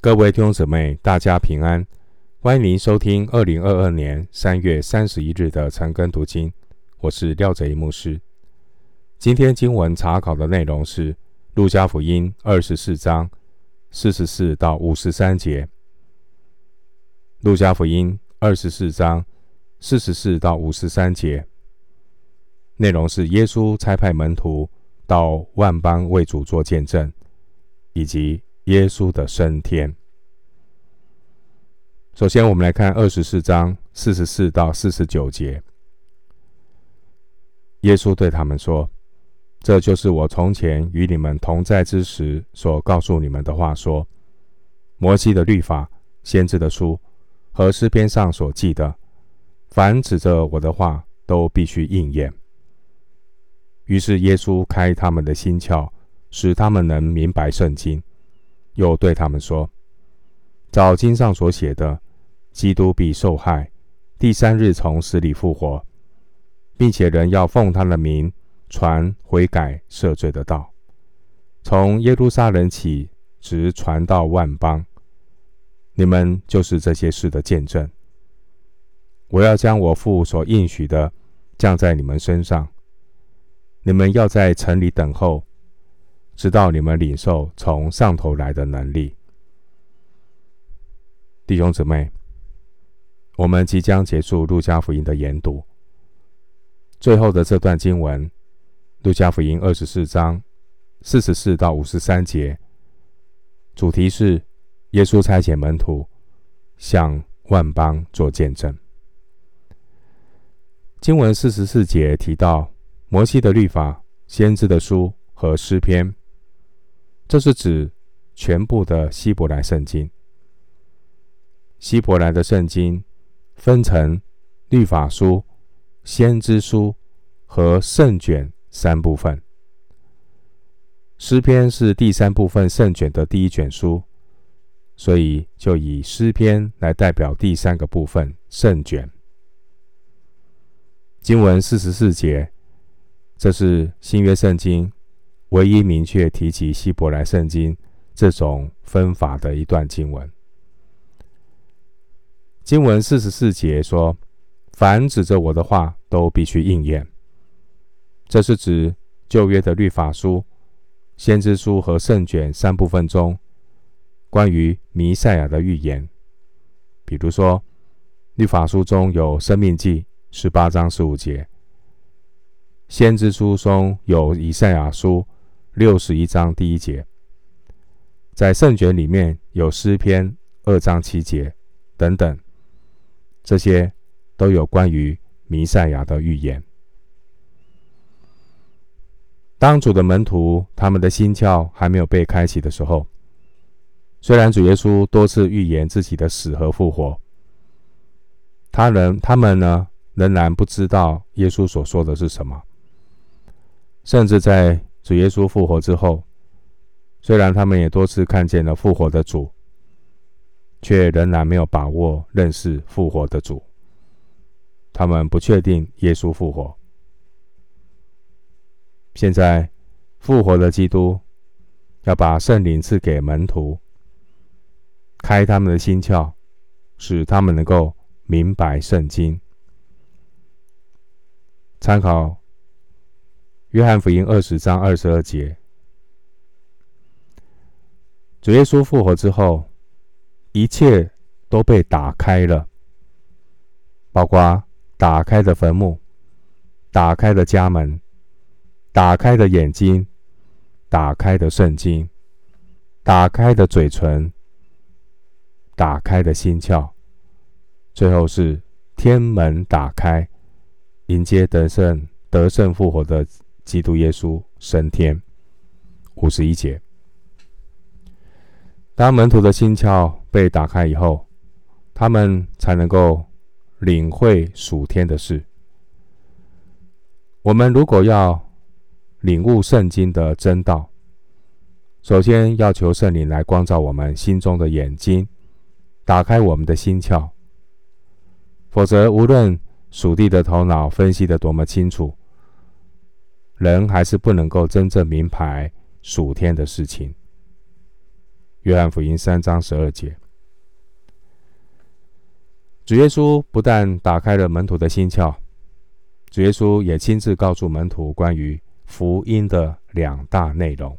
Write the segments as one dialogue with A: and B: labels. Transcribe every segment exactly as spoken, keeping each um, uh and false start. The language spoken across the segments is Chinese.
A: 各位弟兄姊妹，大家平安，欢迎您收听二零二二年三月三十一日的晨更读经，我是廖哲一牧师。今天经文查考的内容是路加福音二十四章四十四到五十三节。路加福音二十四章四十四到五十三节，内容是耶稣差派门徒到万邦为主做见证，以及耶稣的升天。首先我们来看二十四章四十四到四十九节。耶稣对他们说，这就是我从前与你们同在之时所告诉你们的话，说摩西的律法、先知的书和诗篇上所记的，凡指着我的话都必须应验。于是耶稣开他们的心窍，使他们能明白圣经，又对他们说，照经上所写的，基督必受害，第三日从死里复活，并且人要奉他的名传悔改赦罪的道，从耶路撒冷起，直传到万邦。你们就是这些事的见证。我要将我父所应许的降在你们身上，你们要在城里等候，直到你们领受从上头来的能力。弟兄姊妹，我们即将结束路加福音的研读。最后的这段经文，路加福音二十四章四十四到五十三节，主题是耶稣差遣门徒向万邦做见证。经文四十四节提到摩西的律法、先知的书和诗篇，这是指全部的希伯来圣经。希伯来的圣经分成律法书、先知书和圣卷三部分。诗篇是第三部分圣卷的第一卷书，所以就以诗篇来代表第三个部分圣卷。经文四十四节，这是新约圣经唯一明确提及希伯来圣经这种分法的一段经文。经文四十四节说，凡指着我的话都必须应验。这是指旧约的律法书、先知书和圣卷三部分中关于弥赛亚的预言。比如说，律法书中有申命记十八章十五节，先知书中有以赛亚书六十一章第一节，在圣卷里面有诗篇二章七节等等，这些都有关于弥赛亚的预言。当主的门徒他们的心窍还没有被开启的时候，虽然主耶稣多次预言自己的死和复活，他人他们呢仍然不知道耶稣所说的是什么。甚至在主耶稣复活之后，虽然他们也多次看见了复活的主，却仍然没有把握认识复活的主。他们不确定耶稣复活。现在复活的基督要把圣灵赐给门徒，开他们的心窍，使他们能够明白圣经。参考约翰福音二十章二十二节，主耶稣复活之后，一切都被打开了，包括打开的坟墓、打开的家门、打开的眼睛、打开的圣经、打开的嘴唇、打开的心窍，最后是天门打开，迎接得胜得胜复活的基督耶稣升天。五十一节，当门徒的心窍被打开以后，他们才能够领会属天的事。我们如果要领悟圣经的真道，首先要求圣灵来光照我们心中的眼睛，打开我们的心窍。否则，无论属地的头脑分析得多么清楚，人还是不能够真正明白属天的事情。 约翰福音三章十二节。主耶稣不但打开了门徒的心窍，主耶稣也亲自告诉门徒关于福音的两大内容，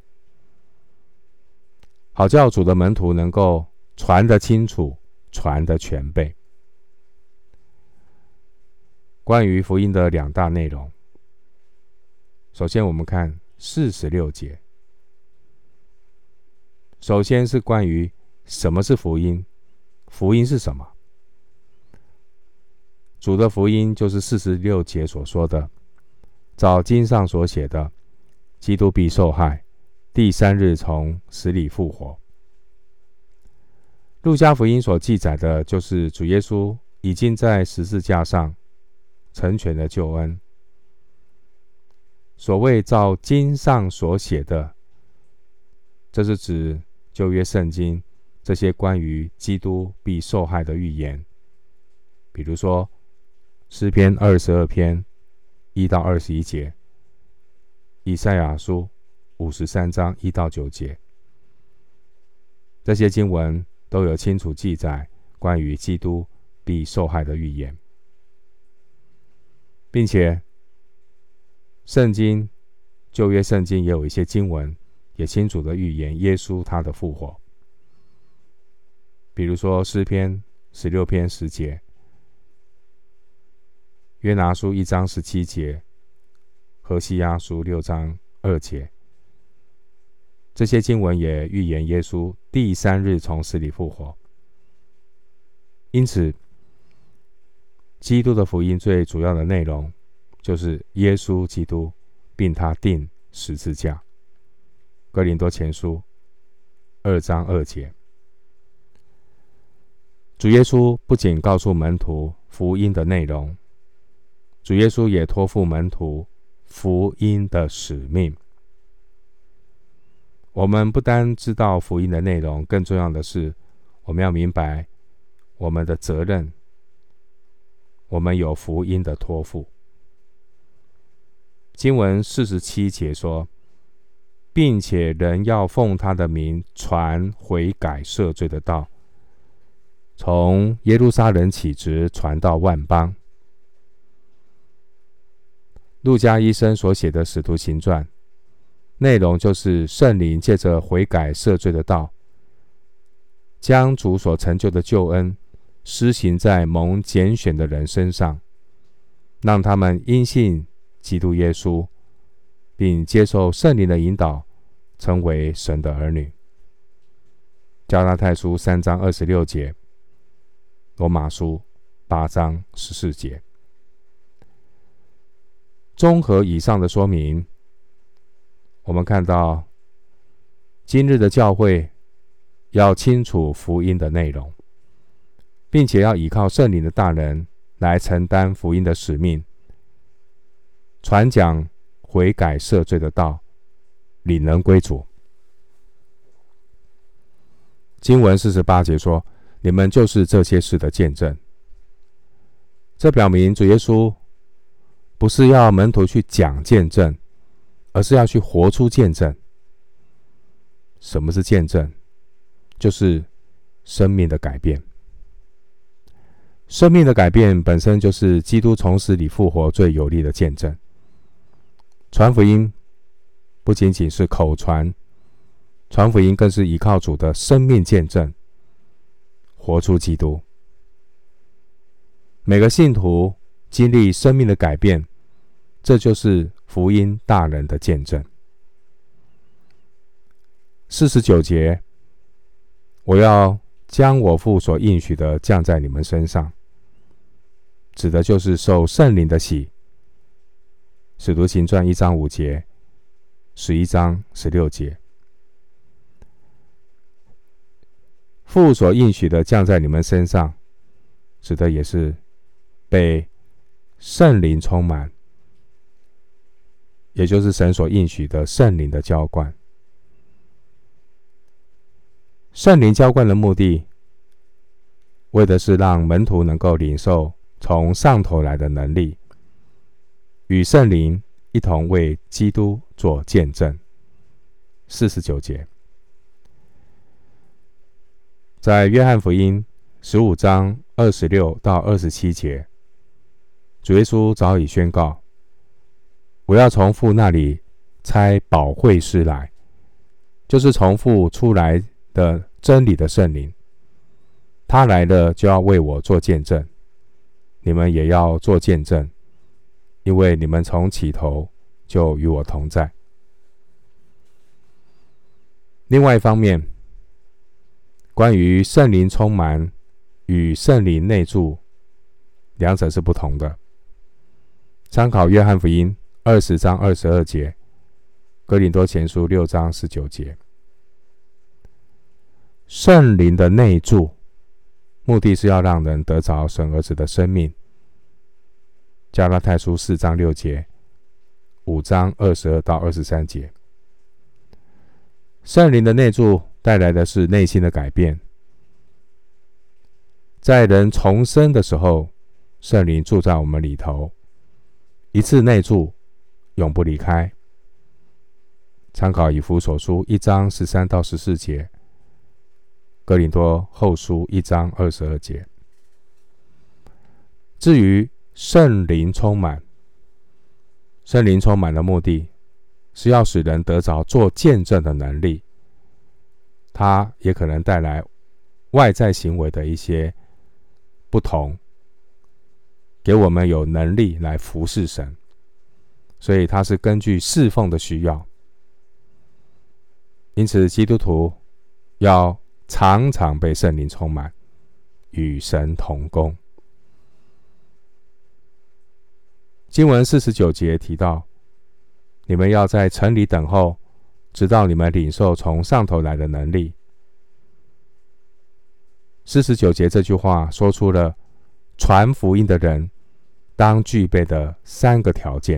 A: 好叫主的门徒能够传得清楚，传得全备。关于福音的两大内容，首先我们看四十六节。首先是关于什么是福音，福音是什么？主的福音就是四十六节所说的，照经上所写的，基督必受害，第三日从死里复活。路加福音所记载的就是主耶稣已经在十字架上成全了救恩。所谓照经上所写的，这是指旧约圣经这些关于基督必受害的预言，比如说诗篇二十二篇一到二十一节，以赛亚书五十三章一到九节，这些经文都有清楚记载关于基督必受害的预言，并且圣经旧约圣经也有一些经文也清楚的预言耶稣他的复活，比如说诗篇十六篇十节，约拿书一章十七节，何西阿书六章二节，这些经文也预言耶稣第三日从死里复活。因此，基督的福音最主要的内容就是耶稣基督，并他钉十字架。哥林多前书二章二节。主耶稣不仅告诉门徒福音的内容，主耶稣也托付门徒福音的使命。我们不单知道福音的内容，更重要的是，我们要明白我们的责任。我们有福音的托付。经文四十七节说，并且人要奉他的名传悔改赦罪的道，从耶路撒冷起，直传到万邦。路加医生所写的使徒行传，内容就是圣灵借着悔改赦罪的道，将主所成就的救恩施行在蒙拣选的人身上，让他们因信基督耶稣，并接受圣灵的引导，成为神的儿女。加拉太书三章二十六节，罗马书八章十四节。综合以上的说明，我们看到今日的教会要清楚福音的内容，并且要依靠圣灵的大能来承担福音的使命，传讲悔改赦罪的道，领人归主。经文四十八节说，你们就是这些事的见证。这表明主耶稣不是要门徒去讲见证，而是要去活出见证。什么是见证？就是生命的改变。生命的改变本身就是基督从死里复活最有力的见证。传福音不仅仅是口传，传福音更是依靠主的生命见证，活出基督。每个信徒经历生命的改变，这就是福音大能的见证。四十九节，我要将我父所应许的降在你们身上，指的就是受圣灵的洗。使徒行传一章五节，十一章十六节，父所应许的降在你们身上，指的也是被圣灵充满，也就是神所应许的圣灵的浇灌。圣灵浇灌的目的，为的是让门徒能够领受从上头来的能力，与圣灵一同为基督做见证。四十九节， 在约翰福音十五章二十六到二十七节，主耶稣早已宣告：我要从父那里差保惠师来，就是从父出来的真理的圣灵。他来了，就要为我做见证，你们也要做见证，因为你们从起头就与我同在。另外一方面，关于圣灵充满与圣灵内住，两者是不同的。参考约翰福音二十章二十二节，哥林多前书六章十九节。圣灵的内住，目的是要让人得着神儿子的生命。加拉太书四章六节，五章二十二到二十三节。圣灵的内住带来的是内心的改变。在人重生的时候，圣灵住在我们里头，一次内住，永不离开。参考以弗所书一章十三到十四节，哥林多后书一章二十二节。至于圣灵充满，圣灵充满的目的是要使人得着做见证的能力，它也可能带来外在行为的一些不同，给我们有能力来服侍神，所以它是根据侍奉的需要。因此基督徒要常常被圣灵充满，与神同工。经文四十九节提到，你们要在城里等候，直到你们领受从上头来的能力。四十九节这句话说出了传福音的人当具备的三个条件。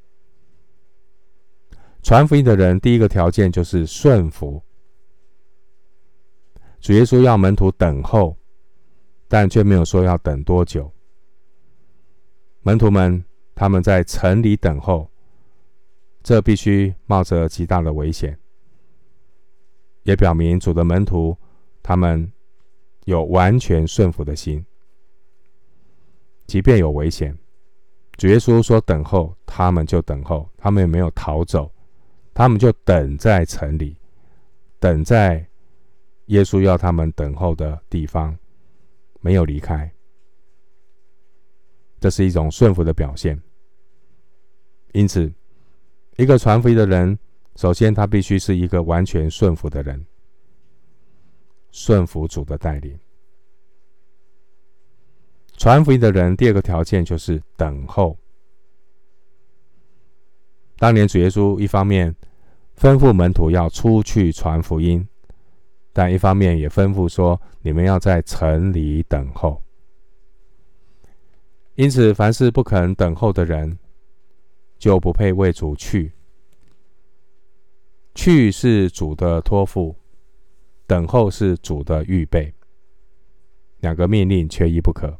A: 传福音的人第一个条件就是顺服。主耶稣要门徒等候，但却没有说要等多久。门徒们他们在城里等候，这必须冒着极大的危险，也表明主的门徒他们有完全顺服的心。即便有危险，主耶稣说等候，他们就等候，他们也没有逃走，他们就等在城里，等在耶稣要他们等候的地方，没有离开。这是一种顺服的表现。因此，一个传福音的人，首先他必须是一个完全顺服的人，顺服主的带领。传福音的人第二个条件就是等候。当年主耶稣一方面吩咐门徒要出去传福音，但一方面也吩咐说，你们要在城里等候。因此，凡是不肯等候的人，就不配为主去。去是主的托付，等候是主的预备，两个命令缺一不可。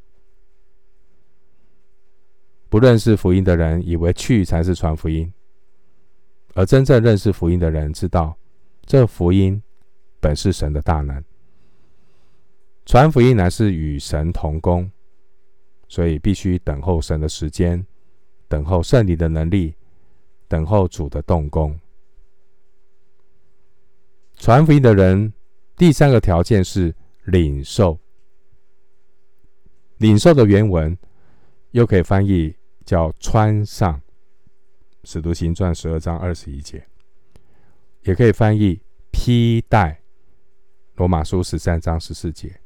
A: 不认识福音的人以为去才是传福音，而真正认识福音的人知道，这福音本是神的大能。传福音乃是与神同工，所以必须等候神的时间，等候圣灵的能力，等候主的动工。传福音的人第三个条件是领受。领受的原文又可以翻译叫穿上，使徒行传十二章二十一节，也可以翻译披戴，罗马书十三章十四节。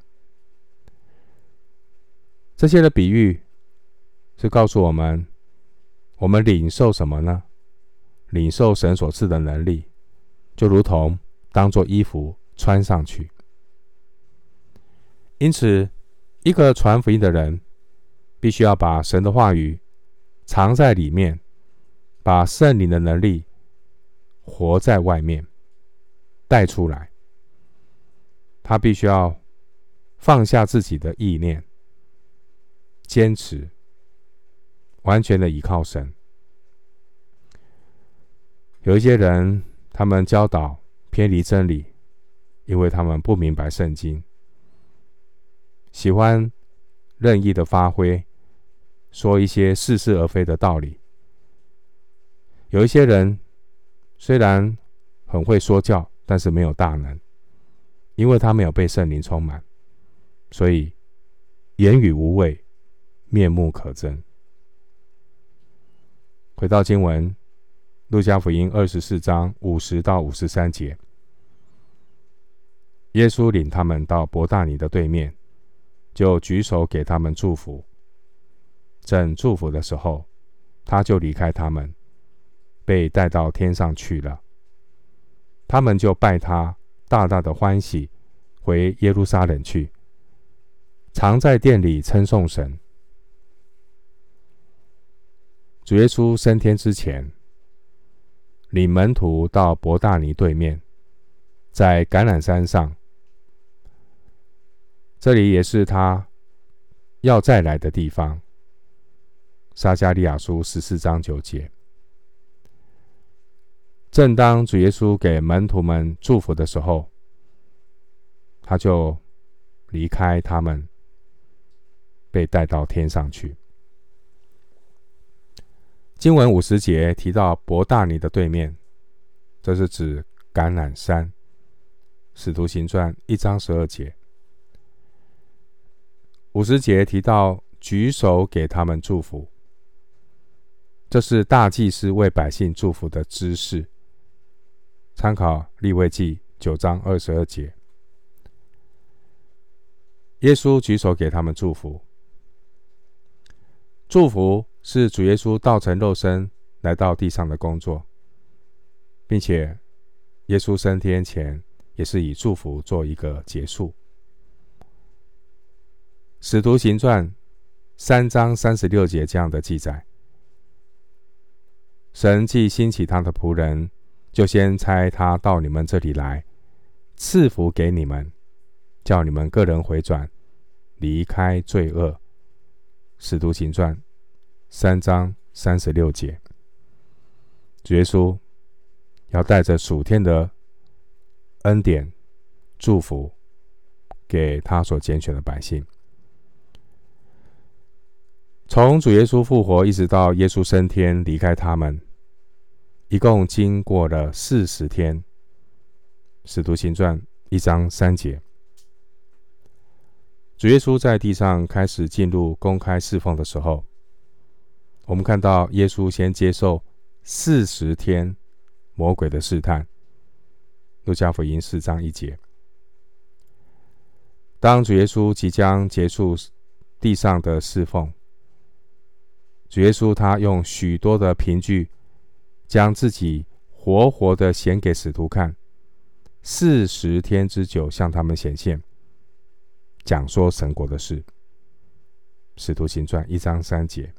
A: 这些的比喻是告诉我们，我们领受什么呢？领受神所赐的能力，就如同当作衣服穿上去。因此，一个传福音的人必须要把神的话语藏在里面，把圣灵的能力活在外面，带出来。他必须要放下自己的意念，坚持，完全的依靠神。有一些人，他们教导偏离真理，因为他们不明白圣经， 喜欢任意的发挥，说一些似是而非的道理。有一些人虽然很会说教，但是没有大能，因为他没有被圣灵充满，所以言语无味，面目可憎。回到经文，路加福音二十四章五十到五十三节，耶稣领他们到伯大尼的对面，就举手给他们祝福。正祝福的时候，他就离开他们，被带到天上去了。他们就拜他，大大的欢喜，回耶路撒冷去，常在殿里称颂神。主耶稣升天之前，领门徒到伯大尼对面，在橄榄山上，这里也是他要再来的地方。撒迦利亚书十四章九节。正当主耶稣给门徒们祝福的时候，他就离开他们，被带到天上去。经文五十节提到伯大尼的对面，这是指橄榄山。使徒行传一章十二节。五十节提到举手给他们祝福，这是大祭司为百姓祝福的姿势。参考利未记九章二十二节。耶稣举手给他们祝福，祝福是主耶稣道成肉身来到地上的工作，并且耶稣升天前也是以祝福做一个结束。使徒行传三章三十六节这样的记载：神既兴起他的仆人，就先差他到你们这里来，赐福给你们，叫你们个人回转，离开罪恶。使徒行传三章三十六节。主耶稣要带着属天的恩典祝福给他所拣选的百姓。从主耶稣复活一直到耶稣升天离开他们，一共经过了四十天。使徒行传一章三节。主耶稣在地上开始进入公开侍奉的时候，我们看到耶稣先接受四十天魔鬼的试探。路加福音四章一节。当主耶稣即将结束地上的侍奉，主耶稣他用许多的凭据将自己活活的显给使徒看，四十天之久向他们显现，讲说神国的事。使徒行传一章三节。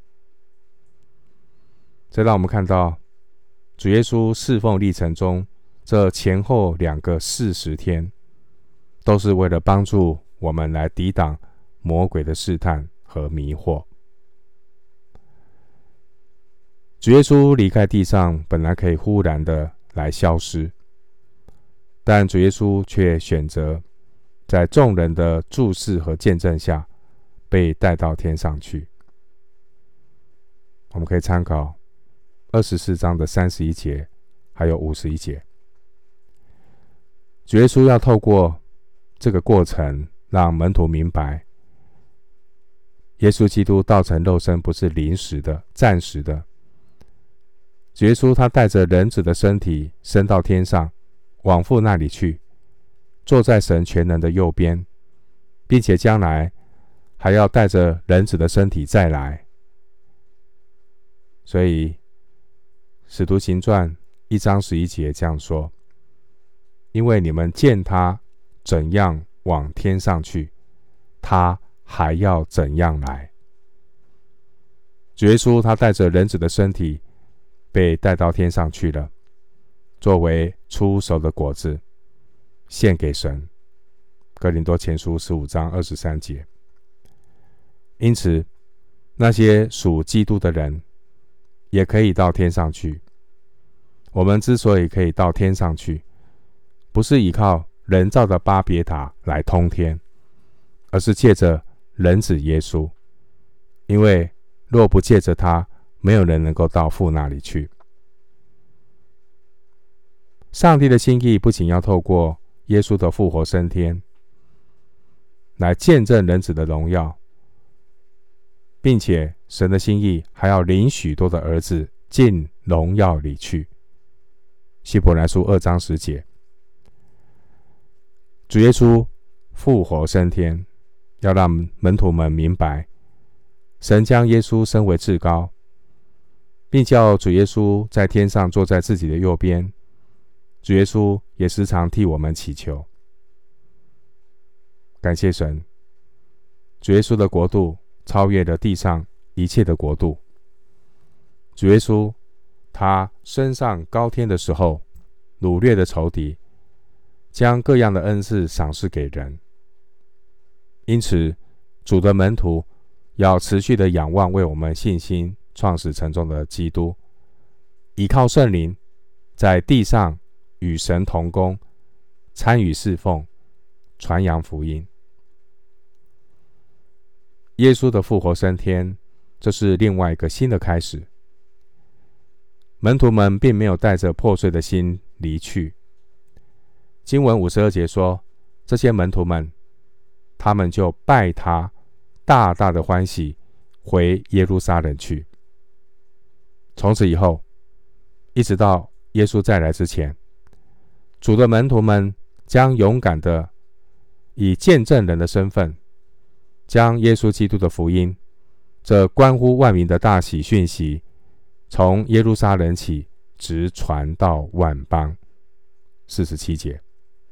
A: 这让我们看到主耶稣侍奉历程中这前后两个四十天，都是为了帮助我们来抵挡魔鬼的试探和迷惑。主耶稣离开地上本来可以忽然的来消失，但主耶稣却选择在众人的注视和见证下被带到天上去。我们可以参考二十四章的三十一节还有五十一节。主耶稣要透过这个过程让门徒明白，耶稣基督道成肉身不是临时的、暂时的。主耶稣他带着人子的身体升到天上，往父那里去，坐在神全能的右边，并且将来还要带着人子的身体再来。所以使徒行传一章十一节这样说：因为你们见他怎样往天上去，他还要怎样来。主耶稣他带着人子的身体被带到天上去了，作为初熟的果子献给神。哥林多前书十五章二十三节。因此那些属基督的人也可以到天上去。我们之所以可以到天上去，不是依靠人造的巴别塔来通天， 而是借着人子耶稣，因为若不借着他，没有人能够到父那里去。上帝的心意不仅要透过耶稣的复活升天来见证人子的荣耀，并且神的心意还要领许多的儿子进荣耀里去。希伯来书二章十节，主耶稣复活升天，要让门徒们明白，神将耶稣升为至高，并叫主耶稣在天上坐在自己的右边。主耶稣也时常替我们祈求。感谢神，主耶稣的国度超越了地上一切的国度。主耶稣他升上高天的时候，掳掠的仇敌，将各样的恩赐赏赐给人。因此，主的门徒要持续的仰望为我们信心创始成终的基督，依靠圣灵，在地上与神同工，参与侍奉，传扬福音。耶稣的复活升天，这是另外一个新的开始。门徒们并没有带着破碎的心离去。经文五十二节说，这些门徒们，他们就拜他，大大的欢喜，回耶路撒冷去。从此以后，一直到耶稣再来之前，主的门徒们将勇敢的以见证人的身份，将耶稣基督的福音，这关乎万民的大喜讯息，从耶路撒冷起，直传到万邦。四十七节，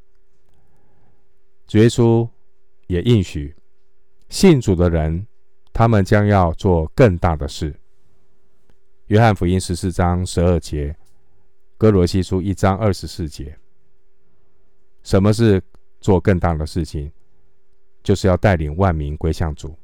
A: 主耶稣也应许，信主的人，他们将要做更大的事。约翰福音十四章十二节，哥罗西书一章二十四节。什么是做更大的事情？就是要带领万民归向主。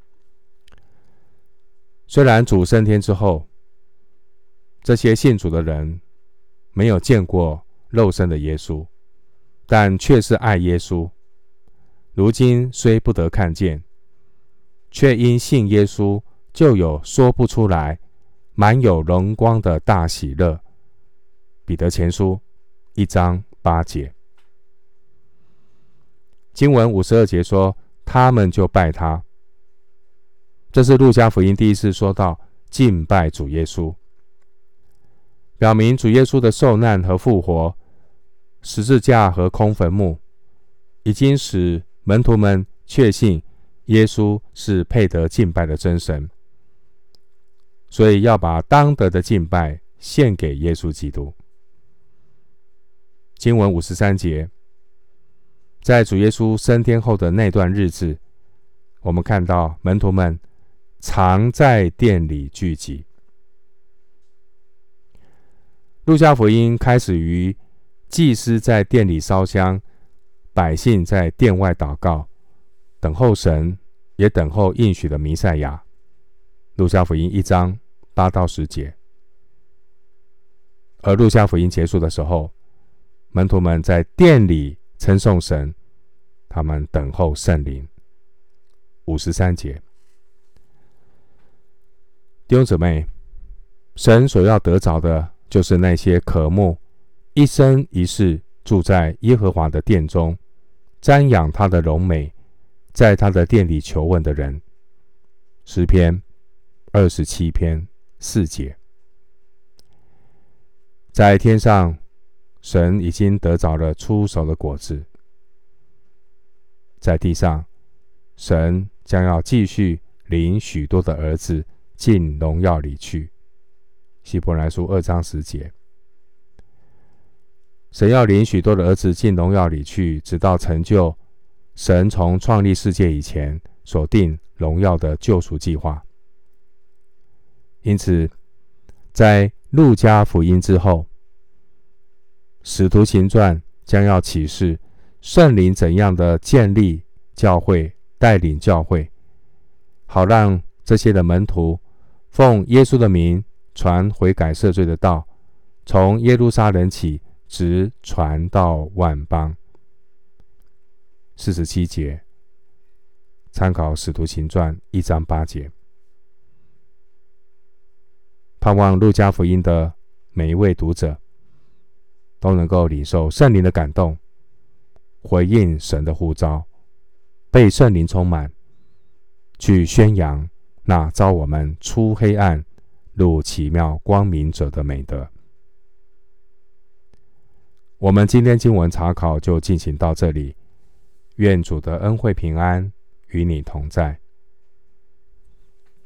A: 虽然主升天之后，这些信主的人没有见过肉身的耶稣，但却是爱耶稣。如今虽不得看见，却因信耶稣，就有说不出来、满有荣光的大喜乐。彼得前书一章八节。经文五十二节说，他们就拜他。这是路加福音第一次说到敬拜主耶稣，表明主耶稣的受难和复活，十字架和空坟墓，已经使门徒们确信耶稣是配得敬拜的真神，所以要把当得的敬拜献给耶稣基督。经文五十三节，在主耶稣升天后的那段日子，我们看到门徒们常在殿里聚集。路加福音开始于祭司在殿里烧香，百姓在殿外祷告，等候神，也等候应许的弥赛亚。路加福音一章八到十节。而路加福音结束的时候，门徒们在殿里称颂神，他们等候圣灵。五十三节。弟兄姊妹，神所要得着的，就是那些渴慕一生一世住在耶和华的殿中，瞻仰他的荣美，在他的殿里求问的人。诗篇二十七篇四节。在天上，神已经得着了初熟的果子。在地上，神将要继续领许多的儿子进荣耀里去。希伯来书二章十节。神要领许多的儿子进荣耀里去，直到成就神从创立世界以前所定荣耀的救赎计划。因此，在路加福音之后，使徒行传将要启示圣灵怎样的建立教会，带领教会，好让这些的门徒奉耶稣的名传悔改赦罪的道，从耶路撒冷起，直传到万邦。四十七节， 参考《使徒行传》一章八节。盼望路加福音的每一位读者都能够领受圣灵的感动，回应神的呼召，被圣灵充满，去宣扬那召我们出黑暗入奇妙光明者的美德。我们今天经文查考就进行到这里，愿主的恩惠平安与你同在。